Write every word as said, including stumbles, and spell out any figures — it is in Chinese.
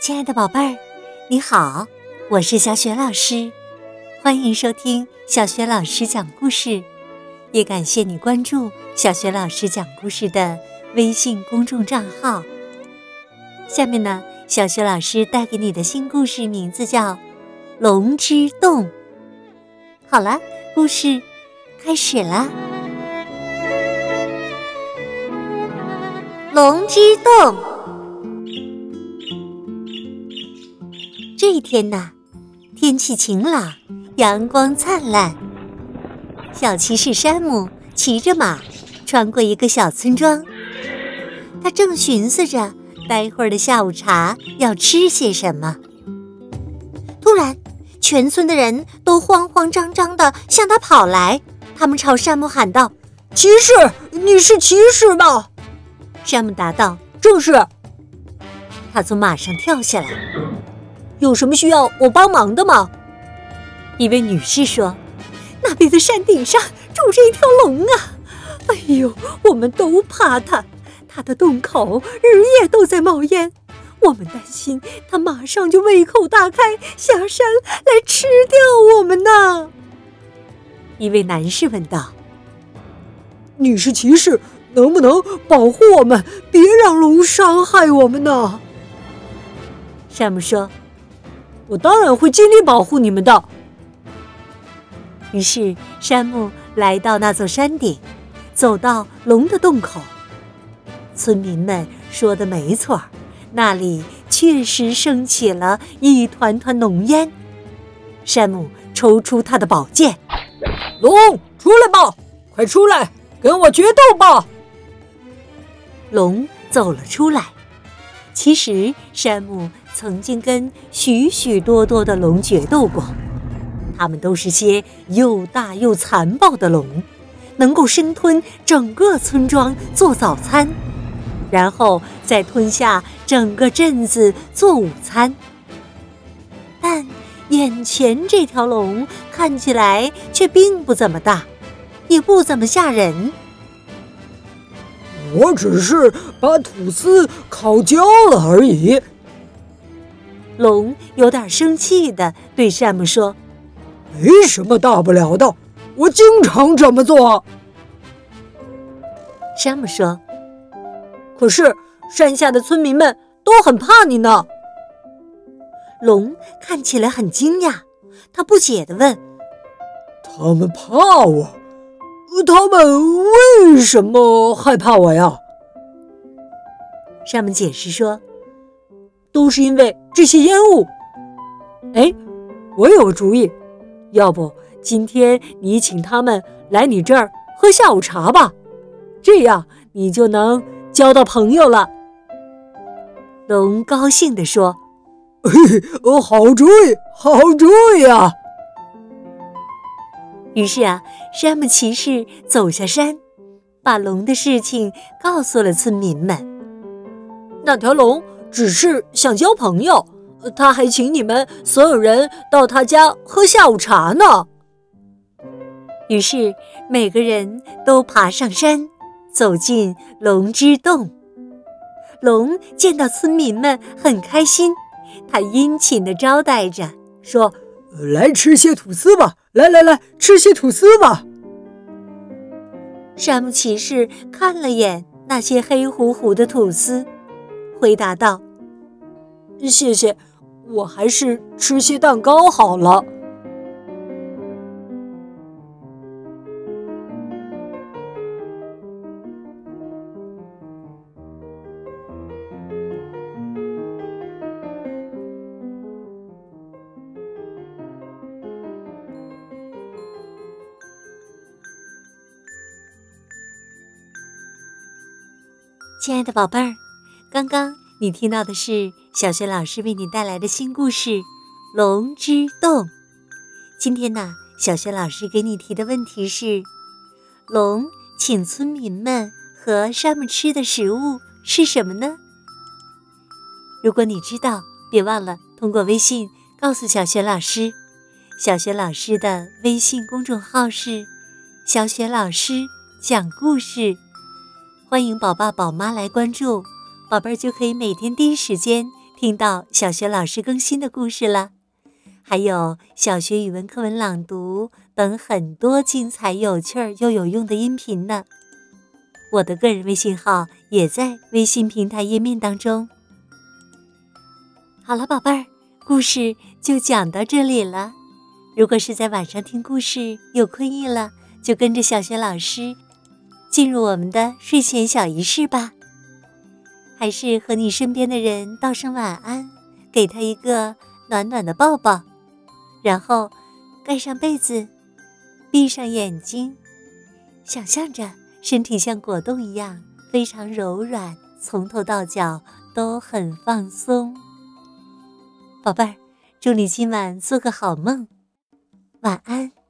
亲爱的宝贝儿，你好，我是小雪老师，欢迎收听小雪老师讲故事，也感谢你关注小雪老师讲故事的微信公众账号。下面呢，小雪老师带给你的新故事名字叫《龙之洞》。好了，故事开始了。龙之洞。这一天呢，天气晴朗，阳光灿烂。小骑士山姆骑着马穿过一个小村庄，他正寻思着待会儿的下午茶要吃些什么。突然，全村的人都慌慌张张地向他跑来，他们朝山姆喊道：“ 骑士，你是骑士吗？” 山姆答道：“ 正是。” 他从马上跳下来。 有什么需要我帮忙的吗？ 一位女士说：“那边的山顶上住着一条龙啊！哎呦，我们都怕它，它的洞口日夜都在冒烟，我们担心它马上就胃口大开，下山来吃掉我们呢。”一位男士问道：“ 你是骑士，能不能保护我们，别让龙伤害我们呢？” 山姆说：“ 我当然会尽力保护你们的。” 于是山姆来到那座山顶，走到龙的洞口。村民们说的没错，那里确实升起了一团团浓烟。山姆抽出他的宝剑：“ 龙，出来吧，快出来，跟我决斗吧！” 龙走了出来。其实山姆曾经跟许许多多的龙决斗过，它们都是些又大又残暴的龙，能够生吞整个村庄做早餐，然后再吞下整个镇子做午餐。但眼前这条龙看起来却并不怎么大，也不怎么吓人。 我只是把吐司烤焦了而已。 龙有点生气地对山姆说：“ 没什么大不了的，我经常这么做。” 山姆说：“ 可是山下的村民们都很怕你呢。” 龙看起来很惊讶，他不解地问：“ 他们怕我？他们为什么害怕我呀？” 山姆解释说：“ 都是因为这些烟雾。哎，我有个主意，要不今天你请他们来你这儿喝下午茶吧，这样你就能交到朋友了。” 龙高兴地说：“ 嘿，好主意，好主意啊！” 于是啊，山姆骑士走下山，把龙的事情告诉了村民们。 那条龙只是想交朋友，他还请你们所有人到他家喝下午茶呢。 于是每个人都爬上山，走进龙之洞。龙见到村民们很开心，他殷勤地招待着，说：“ 来吃些吐司吧，来来来，吃些吐司吧。” 山姆骑士看了眼那些黑乎乎的吐司，回答道：“ 谢谢，我还是吃些蛋糕好了。” 亲爱的宝贝儿，刚刚你听到的是小雪老师为你带来的新故事《龙之洞》。今天呢，小雪老师给你提的问题是：龙请村民们和山姆吃的食物是什么呢？如果你知道，别忘了通过微信告诉小雪老师。小雪老师的微信公众号是小雪老师讲故事，欢迎宝爸宝妈来关注，宝贝儿就可以每天第一时间听到小学老师更新的故事了，还有小学语文课文朗读等很多精彩有趣儿又有用的音频呢。我的个人微信号也在微信平台页面当中。好了，宝贝儿，故事就讲到这里了。如果是在晚上听故事有困意了，就跟着小学老师进入我们的睡前小仪式吧。还是和你身边的人道声晚安，给他一个暖暖的抱抱，然后盖上被子，闭上眼睛，想象着身体像果冻一样非常柔软，从头到脚都很放松。宝贝儿，祝你今晚做个好梦，晚安。